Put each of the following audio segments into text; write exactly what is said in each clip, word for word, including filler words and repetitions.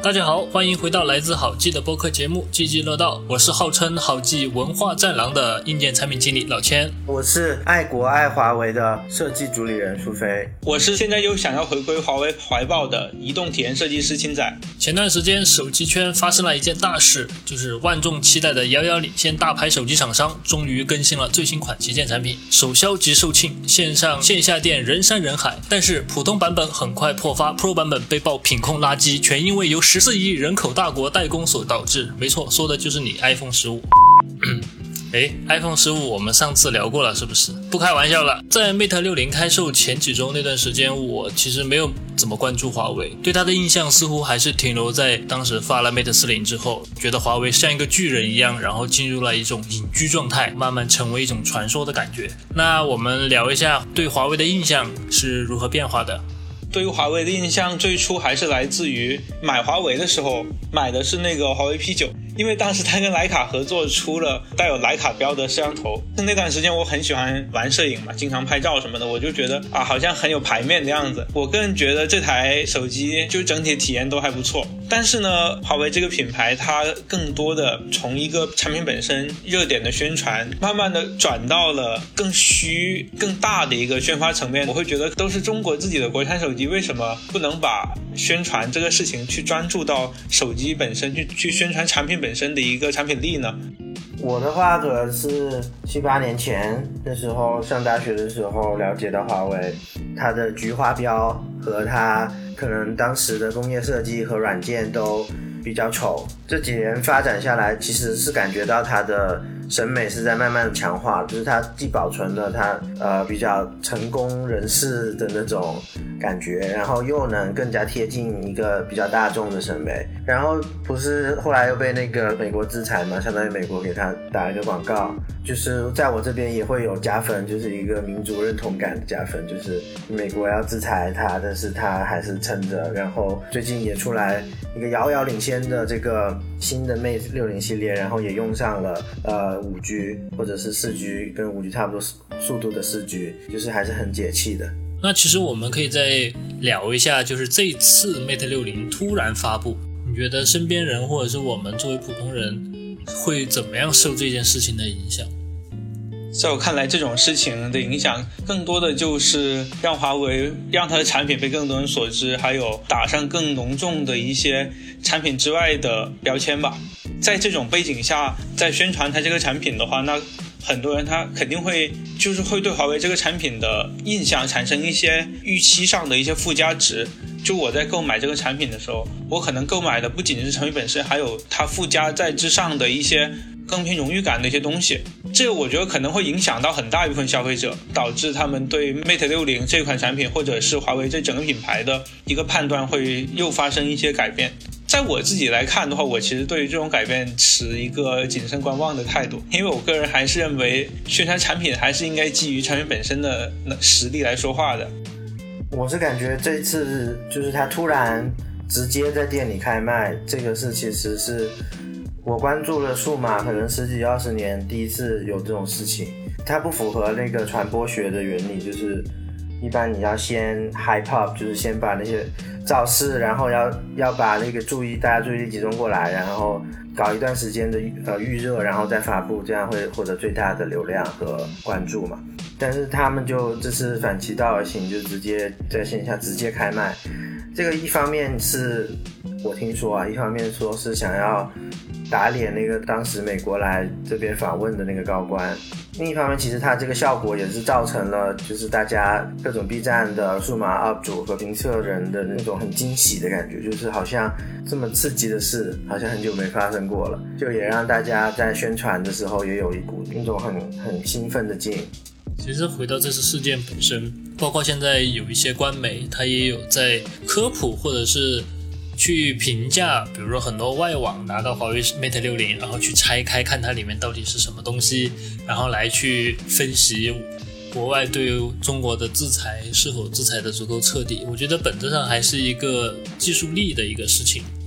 大家好，欢迎回到来自好记的播客节目积极乐道，我是号称好记文化战狼的硬件产品经理老千， 我是爱国爱华为的设计主理人苏飞， 我是现在又想要回归华为怀抱的移动体验设计师青仔。 前段时间手机圈发生了一件大事，就是万众期待的遥遥领先大牌手机厂商终于更新了最新款旗舰产品，首销即售罄，线上线下店人山人海，但是普通版本很快破发， Pro 版本被曝品控垃圾，全因为由十四亿人口大国代工所导致。没错，说的就是你 iPhone 十五。诶 iPhone 十五我们上次聊过了是不是？不开玩笑了，在 Mate 六零开售前几周那段时间，我其实没有怎么关注华为，对它的印象似乎还是停留在当时发了 Mate 四零之后，觉得华为像一个巨人一样，然后进入了一种隐居状态，慢慢成为一种传说的感觉。那我们聊一下对华为的印象是如何变化的。 对于华为的印象最初还是来自于买华为的时候买的是那个华为 P 九， 因为当时他跟徕卡合作出了带有徕卡标的摄像头，那段时间我很喜欢玩摄影嘛，经常拍照什么的，我就觉得啊好像很有排面的样子，我个人觉得这台手机就整体体验都还不错。但是呢，华为这个品牌它更多的从一个产品本身热点的宣传慢慢的转到了更虚更大的一个宣发层面，我会觉得都是中国自己的国产手机，为什么不能把宣传这个事情去专注到手机本身，去去宣传产品本身的一个产品力呢？ 我的话可能是七八年前那时候上大学的时候了解到华为，它的菊花标和它可能当时的工业设计和软件都比较丑，这几年发展下来其实是感觉到它的审美是在慢慢强化，就是它既保存了它呃比较成功人士的那种感觉，然后又能更加贴近一个比较大众的审美。然后不是后来又被那个美国制裁嘛，相当于美国给他打一个广告，就是在我这边也会有加分，就是一个民族认同感的加分，就是美国要制裁他，但是他还是撑着。然后最近也出来一个遥遥领先的这个新的 Mate 六零系列，然后也用上了呃 五 G 或者是 四 G 跟 五 G 差不多速度的 四 G， 就是还是很解气的。 那其实我们可以再聊一下，就是这一次 Mate 六零突然发布，你觉得身边人或者是我们作为普通人会怎么样受这件事情的影响？ 在我看来，这种事情的影响更多的就是让华为让它的产品被更多人所知，还有打上更浓重的一些产品之外的标签吧。在这种背景下，在宣传它这个产品的话，那很多人他肯定会就是会对华为这个产品的印象产生一些预期上的一些附加值。就我在购买这个产品的时候，我可能购买的不仅仅是产品本身，还有它附加在之上的一些更偏荣誉感的一些东西。这个我觉得可能会影响到很大一部分消费者，导致他们对 Mate 六零这款产品或者是华为这整个品牌的一个判断会又发生一些改变。在我自己来看的话，我其实对于这种改变持一个谨慎观望的态度，因为我个人还是认为宣传产品还是应该基于产品本身的实力来说话的。 我是感觉这一次就是他突然直接在店里开卖，这个是其实是我关注了数码可能十几二十年第一次有这种事情。它不符合那个传播学的原理，就是一般你要先 hype up， 就是先把那些造势，然后要要把那个注意大家注意力集中过来，然后搞一段时间的呃预热，然后再发布，这样会获得最大的流量和关注嘛。但是他们就这次反其道而行，就直接在线下直接开卖。这个一方面是我听说啊，一方面说是想要打脸那个当时美国来这边访问的那个高官，另一方面其实它这个效果也是造成了就是大家各种 B 站的数码 U P 主和评测人的那种很惊喜的感觉，就是好像这么刺激的事好像很久没发生过了，就也让大家在宣传的时候也有一股那种很很兴奋的劲。 其实回到这次事件本身，包括现在有一些官媒它也有在科普或者是去评价，比如说很多外网拿到华为 Mate 六零，然后去拆开看它里面到底是什么东西，然后来去分析国外对中国的制裁是否制裁的足够彻底。我觉得本质上还是一个技术力的一个事情，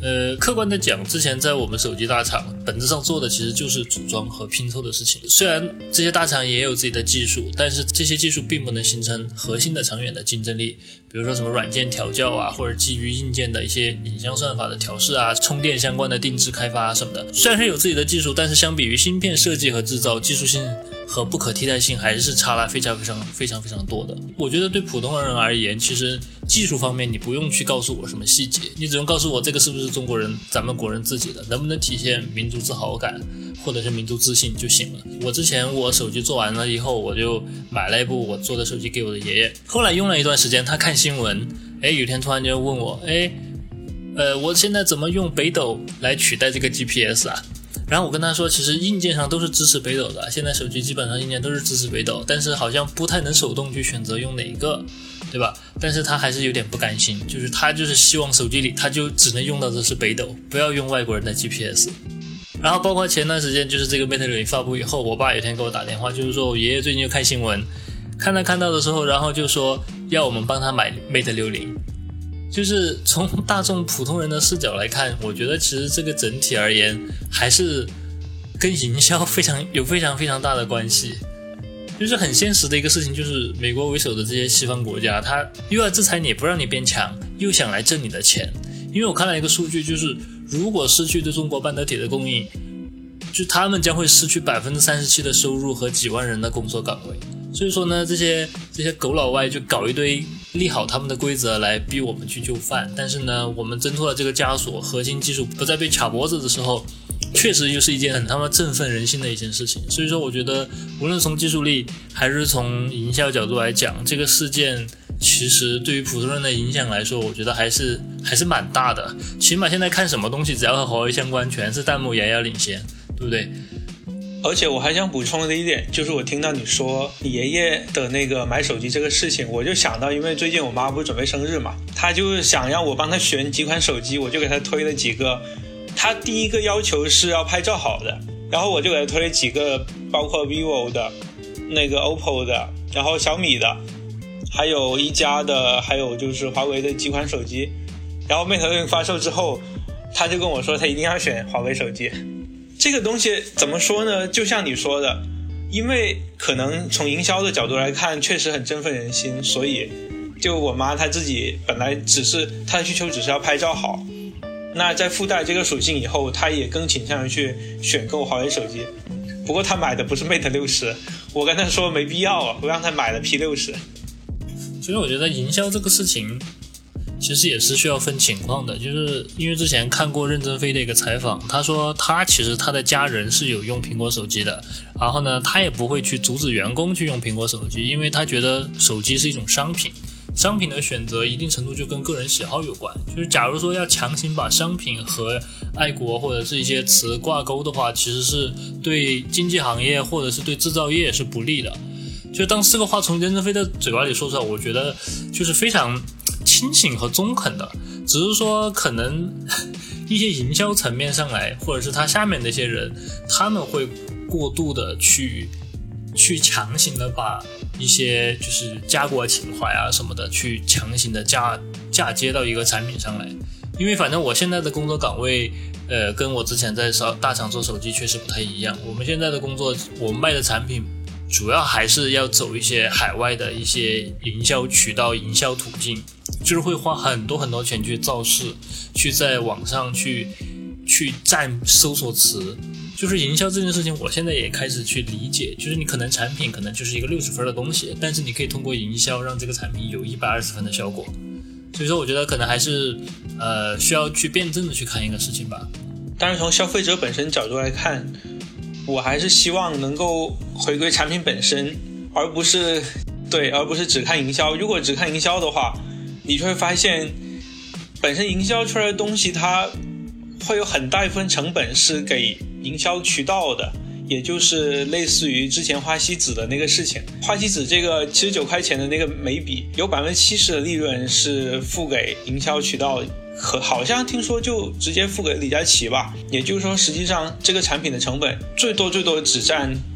呃，客观的讲，之前在我们手机大厂本质上做的其实就是组装和拼凑的事情。虽然这些大厂也有自己的技术，但是这些技术并不能形成核心的长远的竞争力。比如说什么软件调教啊，或者基于硬件的一些影像算法的调试啊，充电相关的定制开发啊什么的。虽然是有自己的技术，但是相比于芯片设计和制造，技术性和不可替代性还是差了非常非常非常非常多的。我觉得对普通人而言，其实技术方面你不用去告诉我什么细节，你只用告诉我这个是不是中国人咱们国人自己的，能不能体现民族自豪感或者是民族自信就行了。我之前我手机做完了以后，我就买了一部我做的手机给我的爷爷，后来用了一段时间，他看新闻，诶，有一天突然就问我，诶呃，我现在怎么用北斗来取代这个 G P S 啊？然后我跟他说，其实硬件上都是支持北斗的，现在手机基本上硬件都是支持北斗，但是好像不太能手动去选择用哪一个，对吧？但是他还是有点不甘心，就是他就是希望手机里他就只能用到的是北斗，不要用外国人的 G P S。然后包括前段时间就是这个 Mate 六零发布以后，我爸有一天给我打电话，就是说我爷爷最近就看新闻，看他看到的时候，然后就说要我们帮他买 Mate 六零。就是从大众普通人的视角来看，我觉得其实这个整体而言还是跟营销非常有非常非常大的关系。就是很现实的一个事情，就是美国为首的这些西方国家，他又要制裁你不让你变强，又想来挣你的钱。因为我看了一个数据，就是如果失去对中国半导体的供应，就他们将会失去 百分之三十七 的收入和几万人的工作岗位。所以说呢，这些这些狗老外就搞一堆利好他们的规则来逼我们去就范，但是呢，我们挣脱了这个枷锁，核心技术不再被卡脖子的时候，确实又是一件很他妈振奋人心的一件事情。所以说我觉得无论从技术力还是从营销角度来讲，这个事件其实对于普通人的影响来说，我觉得还是还是蛮大的。起码现在看什么东西只要和华为相关，全是弹幕遥遥领先，对不对？ 而且我还想补充的一点，就是我听到你说你爷爷的那个买手机这个事情，我就想到，因为最近我妈不是准备生日嘛，她就想让我帮她选几款手机，我就给她推了几个。她第一个要求是要拍照好的，然后我就给她推了几个，包括 vivo 的、那个 O P P O 的，然后小米的，还有一加的，还有就是华为的几款手机。然后 Mate 六零发售之后，她就跟我说她一定要选华为手机。这个东西怎么说呢，就像你说的，因为可能从营销的角度来看确实很振奋人心，所以就我妈她自己本来只是她的需求只是要拍照好，那在附带这个属性以后，她也更倾向于去选购华为手机。不过她买的不是 Mate 六十，我跟她说没必要啊，我让她买了 P 六十。 所以我觉得营销这个事情其实也是需要分情况的，就是因为之前看过任正非的一个采访，他说他其实他的家人是有用苹果手机的，然后呢他也不会去阻止员工去用苹果手机，因为他觉得手机是一种商品，商品的选择一定程度就跟个人喜好有关，就是假如说要强行把商品和爱国或者是一些词挂钩的话，其实是对经济行业或者是对制造业是不利的。就当这个话从任正非的嘴巴里说出来，我觉得就是非常清醒和中肯的，只是说可能一些营销层面上来，或者是他下面的一些人，他们会过度的去去强行的把一些就是家国情怀啊什么的去强行的嫁嫁接到一个产品上来。因为反正我现在的工作岗位呃，跟我之前在大厂做手机确实不太一样，我们现在的工作我们卖的产品主要还是要走一些海外的一些营销渠道、营销途径，就是会花很多很多钱去造势，去在网上去去占搜索词。就是营销这件事情，我现在也开始去理解，就是你可能产品可能就是一个六十分的东西，但是你可以通过营销让这个产品有一百二十分的效果。所以说，我觉得可能还是呃需要去辩证的去看一个事情吧。 当然，从消费者本身角度来看，我还是希望能够回归产品本身，而不是对，而不是只看营销。如果只看营销的话，你就会发现，本身营销出来的东西，它会有很大一部分成本是给营销渠道的，也就是类似于之前花西子的那个事情。花西子这个七十九块钱的那个眉笔，有 百分之七十 的利润是付给营销渠道，可好像听说就直接付给李佳琦吧。也就是说，实际上这个产品的成本最多最多只占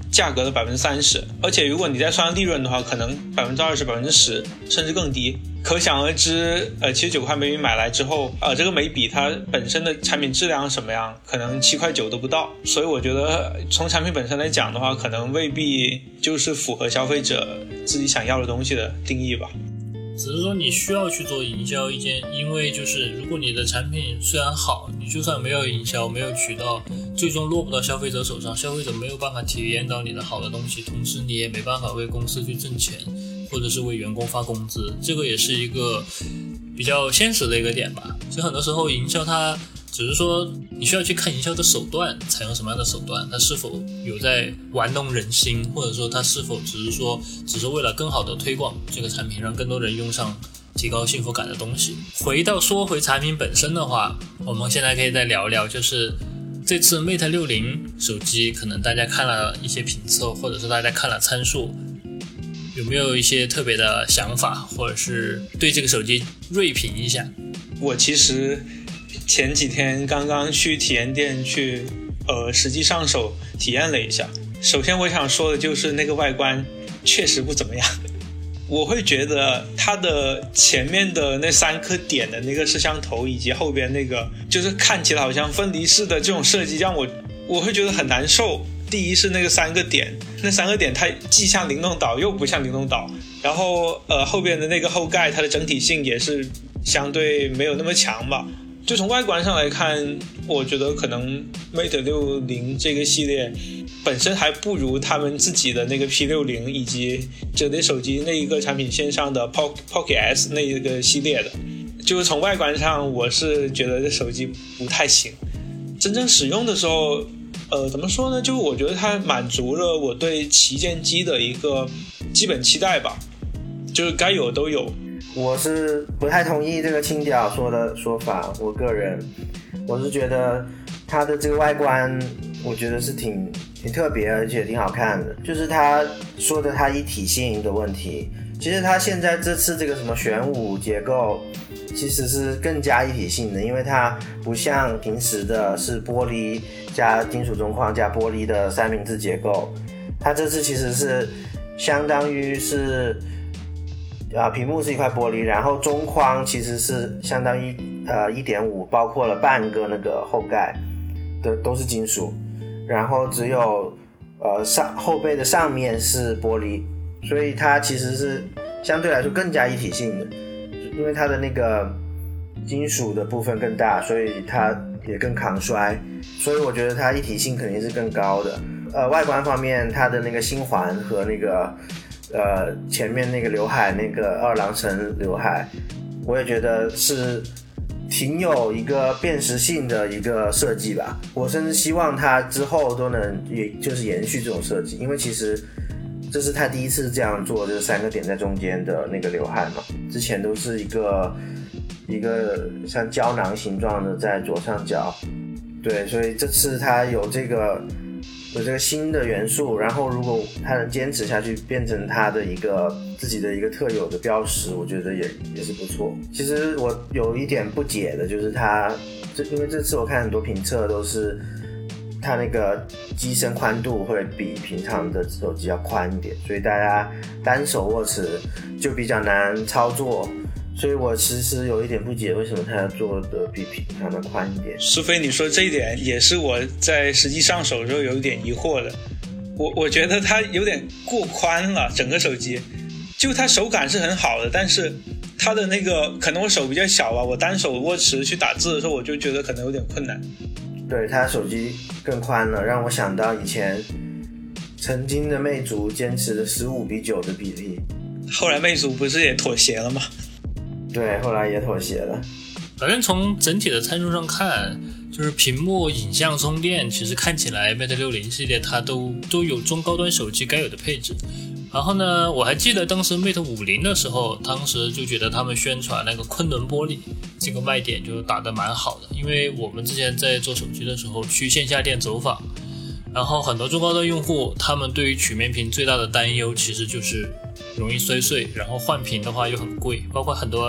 价格的 百分之三十， 而且如果你再算利润的话，可能 百分之二十、百分之十 甚至更低。可想而知，呃，七十九块美元买来之后，呃，这个眉笔它本身的产品质量什么样，可能七块九都不到。所以我觉得从产品本身来讲的话，可能未必就是符合消费者自己想要的东西的定义吧。 只是说你需要去做营销一件，因为就是如果你的产品虽然好，你就算没有营销，没有渠道，最终落不到消费者手上，消费者没有办法体验到你的好的东西，同时你也没办法为公司去挣钱，或者是为员工发工资，这个也是一个比较现实的一个点吧。所以很多时候营销它只是说你需要去看营销的手段，采用什么样的手段，它是否有在玩弄人心，或者说它是否只是说只是为了更好的推广这个产品，让更多人用上提高幸福感的东西。回到说回产品本身的话，我们现在可以再聊聊，就是这次 Mate 六十 手机可能大家看了一些评测，或者是大家看了参数，有没有一些特别的想法，或者是对这个手机锐评一下？ 我其实前几天刚刚去体验店去呃实际上手体验了一下。首先我想说的就是那个外观确实不怎么样。我会觉得它的前面的那三颗点的那个摄像头，以及后边那个就是看起来好像分离式的这种设计，让我我会觉得很难受。第一是那个三个点，那三个点它既像灵动岛又不像灵动岛，然后呃后边的那个后盖它的整体性也是相对没有那么强吧。就从外观上来看，我觉得可能 Mate 六十这个系列本身还不如他们自己的那个 P 六十 以及折叠手机那一个产品线上的 Pocket S 那一个系列的。就是从外观上我是觉得这手机不太行，真正使用的时候呃，怎么说呢，就我觉得它满足了我对旗舰机的一个基本期待吧，就是该有都有。 我是不太同意这个青屌说的说法，我个人我是觉得它的这个外观我觉得是挺挺特别而且挺好看的，就是他说的它一体性的问题。其实它现在这次这个什么玄武结构其实是更加一体性的，因为它不像平时的是玻璃加金属中框加玻璃的三明治结构，它这次其实是相当于是啊，屏幕是一块玻璃，然后中框其实是相当于呃 一点五， 包括了半个那个后盖的都是金属，然后只有呃上后背的上面是玻璃，所以它其实是相对来说更加一体性的，因为它的那个金属的部分更大，所以它也更抗摔，所以我觉得它一体性肯定是更高的。呃，外观方面，它的那个星环和那个呃前面那个刘海那个二郎神刘海，我也觉得是挺有一个辨识性的一个设计吧。我甚至希望它之后都能也就是延续这种设计，因为其实这是他第一次这样做，就是三个点在中间的那个刘海嘛，之前都是一个一个像胶囊形状的在左上角。对，所以这次它有这个有这个新的元素，然后如果它能坚持下去变成它的一个自己的一个特有的标识，我觉得也也是不错。其实我有一点不解的就是它这因为这次我看很多评测都是它那个机身宽度会比平常的手机要宽一点，所以大家单手握持就比较难操作，所以我其实有一点不解为什么它要做的比平常的宽一点。 苏菲你说这一点也是我在实际上手的时候有一点疑惑的，我我觉得它有点过宽了，整个手机就它手感是很好的，但是它的那个可能我手比较小吧，我单手握持去打字的时候我就觉得可能有点困难。 对，它手机更宽了，让我想到以前曾经的魅族坚持的十五比九的比例， 后来魅族不是也妥协了吗？ 对，后来也妥协了。 反正从整体的参数上看，就是屏幕、影像、充电，其实看起来 Mate 六十系列它都都有中高端手机该有的配置。然后呢，我还记得当时 Mate 五十的时候，当时就觉得他们宣传那个昆仑玻璃这个卖点就打得蛮好的，因为我们之前在做手机的时候去线下店走访，然后很多中高端用户他们对于曲面屏最大的担忧其实就是容易摔碎，然后换屏的话又很贵，包括很多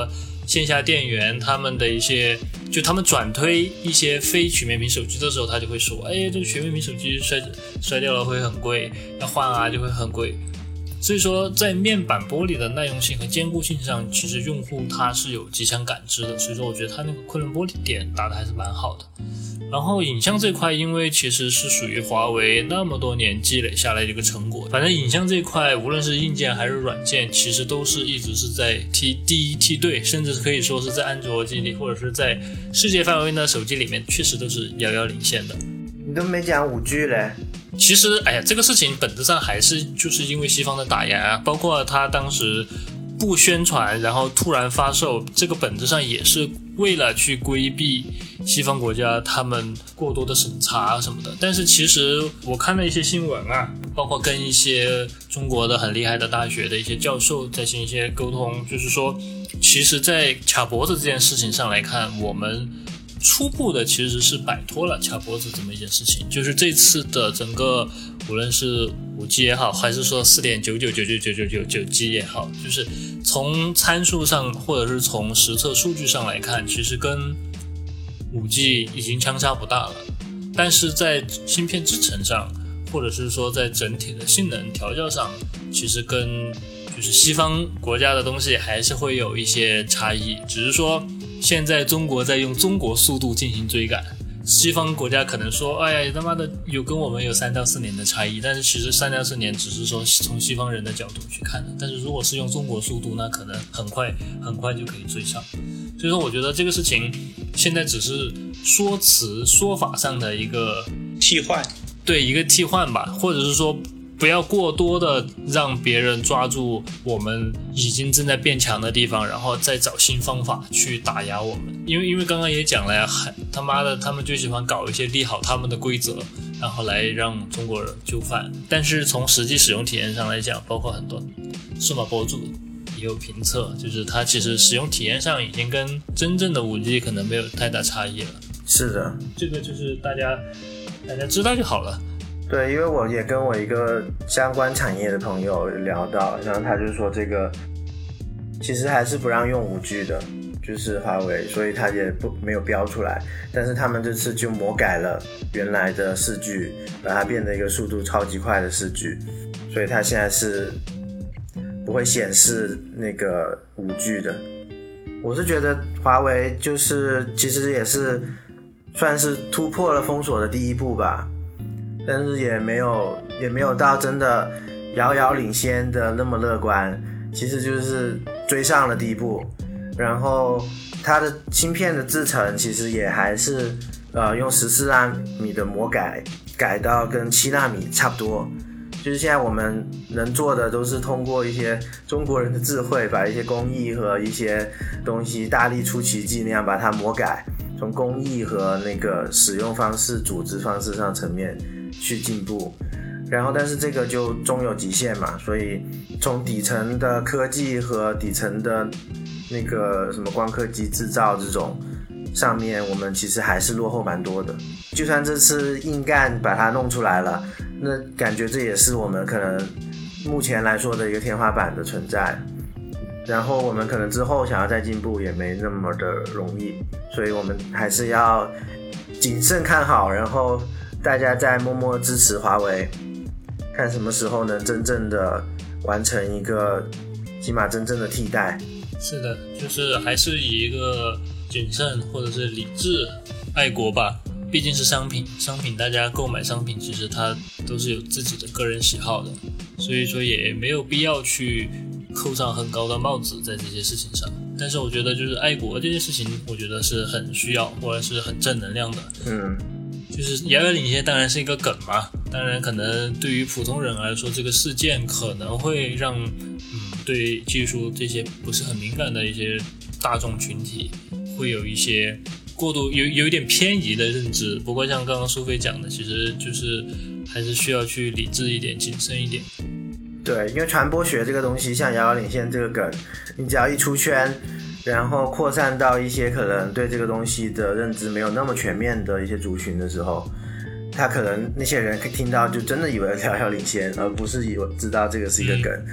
线下店员他们的一些，就他们转推一些非曲面屏手机的时候，他就会说，哎，这个曲面屏手机摔摔掉了会很贵，要换啊就会很贵。所以说在面板玻璃的耐用性和坚固性上，其实用户他是有极强感知的，所以说我觉得他那个昆仑玻璃点打的还是蛮好的。然后影像这块，因为其实是属于华为那么多年积累下来的一个成果，反正影像这块无论是硬件还是软件，其实都是一直是在梯第一梯队，甚至可以说是在安卓机里或者是在世界范围内的手机里面，确实都是遥遥领先的。 你都没讲 五 G 嘞。 其实哎呀，这个事情本质上还是就是因为西方的打压，包括他当时不宣传然后突然发售，这个本质上也是为了去规避西方国家他们过多的审查什么的。但是其实我看了一些新闻啊，包括跟一些中国的很厉害的大学的一些教授在进行一些沟通，就是说其实在卡脖子这件事情上来看，我们初步的其实是摆脱了卡脖子这么一件事情。就是这次的整个无论是 五 G 也好，还是说 四点九九九九九九九九 G 也好，就是从参数上或者是从实测数据上来看，其实跟 五 G 已经相差不大了。但是在芯片制程上，或者是说在整体的性能调教上，其实跟就是西方国家的东西还是会有一些差异，只是说现在中国在用中国速度进行追赶，西方国家可能说，哎呀，他妈的有跟我们有三到四年的差异，但是其实三到四年只是说从西方人的角度去看的，但是如果是用中国速度，那可能很快很快就可以追上。所以说，我觉得这个事情现在只是说辞说法上的一个替换， 对，一个替换吧，或者是说不要过多的让别人抓住我们已经正在变强的地方，然后再找新方法去打压我们。因为因为刚刚也讲了呀，他妈的他们就喜欢搞一些利好他们的规则，然后来让中国人就范。但是从实际使用体验上来讲，包括很多数码博主也有评测，就是它其实使用体验上已经跟真正的 五 G 可能没有太大差异了。 是的， 这个就是大家大家知道就好了。 对，因为我也跟我一个相关产业的朋友聊到，然后他就说这个其实还是不让用 五 G 的，就是华为，所以他也不没有标出来，但是他们这次就魔改了原来的四 G， 把它变成一个速度超级快的四 G， 所以它现在是不会显示那个 五 G 的。我是觉得华为就是其实也是算是突破了封锁的第一步吧，但是也没有也没有到真的遥遥领先的那么乐观，其实就是追上了第一步。然后它的芯片的制程其实也还是呃用十四纳米的模改改到跟七纳米差不多，就是现在我们能做的都是通过一些中国人的智慧，把一些工艺和一些东西大力出奇迹那样把它模改，从工艺和那个使用方式组织方式上层面去进步。然后但是这个就终有极限嘛，所以从底层的科技和底层的那个什么光刻机制造这种上面，我们其实还是落后蛮多的。就算这次硬干把它弄出来了，那感觉这也是我们可能目前来说的一个天花板的存在，然后我们可能之后想要再进步也没那么的容易，所以我们还是要谨慎看好，然后大家再默默支持华为，看什么时候能真正的完成一个起码真正的替代。 是的，就是还是以一个谨慎或者是理智爱国吧，毕竟是商品，商品大家购买商品其实它都是有自己的个人喜好的，所以说也没有必要去扣上很高的帽子在这些事情上。但是我觉得就是爱国这件事情，我觉得是很需要或者是很正能量的。 嗯， 就是遥遥领先当然是一个梗嘛，当然可能对于普通人来说，这个事件可能会让嗯对技术这些不是很敏感的一些大众群体会有一些过度有有一点偏移的认知。不过像刚刚苏菲讲的，其实就是还是需要去理智一点，谨慎一点。 对，因为传播学这个东西，像遥遥领先这个梗，你只要一出圈，然后扩散到一些可能对这个东西的认知没有那么全面的一些族群的时候，他可能那些人听到就真的以为遥遥领先，而不是以为知道这个是一个梗。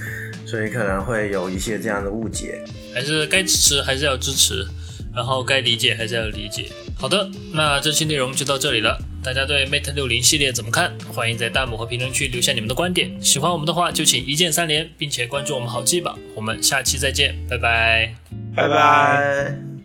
所以可能会有一些这样的误解。 还是该支持还是要支持，然后该理解还是要理解。好的，那这期内容就到这里了。大家对 Mate 六十系列怎么看？欢迎在弹幕和评论区留下你们的观点。喜欢我们的话就请一键三连，并且关注我们好记吧。我们下期再见，拜拜， 拜拜。